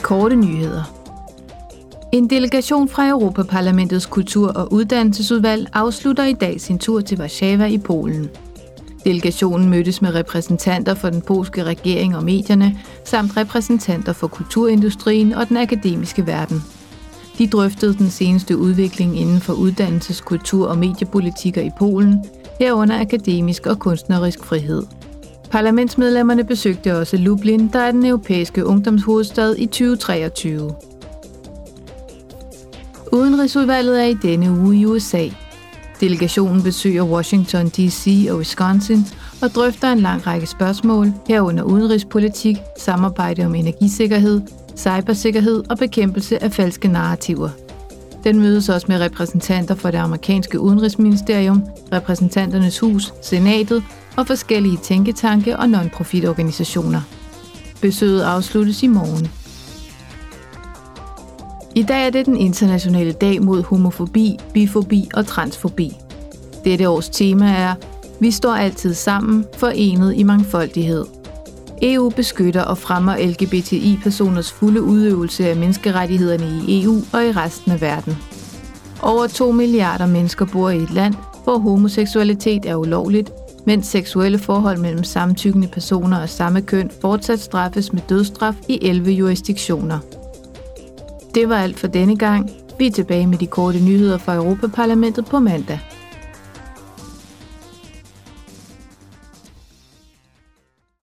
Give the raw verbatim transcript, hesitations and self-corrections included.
korte nyheder. En delegation fra Europaparlamentets kultur- og uddannelsesudvalg afslutter i dag sin tur til Warszawa i Polen. Delegationen mødtes med repræsentanter for den polske regering og medierne, samt repræsentanter for kulturindustrien og den akademiske verden. De drøftede den seneste udvikling inden for uddannelses-, kultur- og mediepolitikker i Polen, herunder akademisk og kunstnerisk frihed. Parlamentsmedlemmerne besøgte også Lublin, der er den europæiske ungdomshovedstad i tyve treogtyve. Udenrigsudvalget er i denne uge i U S A. Delegationen besøger Washington D C og Wisconsin og drøfter en lang række spørgsmål, herunder udenrigspolitik, samarbejde om energisikkerhed, cybersikkerhed og bekæmpelse af falske narrativer. Den mødes også med repræsentanter for det amerikanske udenrigsministerium, repræsentanternes hus, senatet og forskellige tænketanke og non-profit-organisationer. Besøget afsluttes i morgen. I dag er det den internationale dag mod homofobi, bifobi og transfobi. Dette års tema er "Vi står altid sammen, forenet i mangfoldighed". E U beskytter og fremmer L G B T I-personers fulde udøvelse af menneskerettighederne i E U og i resten af verden. Over to milliarder mennesker bor i et land, hvor homoseksualitet er ulovligt, mens seksuelle forhold mellem samtykkende personer af samme køn fortsat straffes med dødsstraf i elleve jurisdiktioner. Det var alt for denne gang. Vi er tilbage med de korte nyheder fra Europaparlamentet på mandag.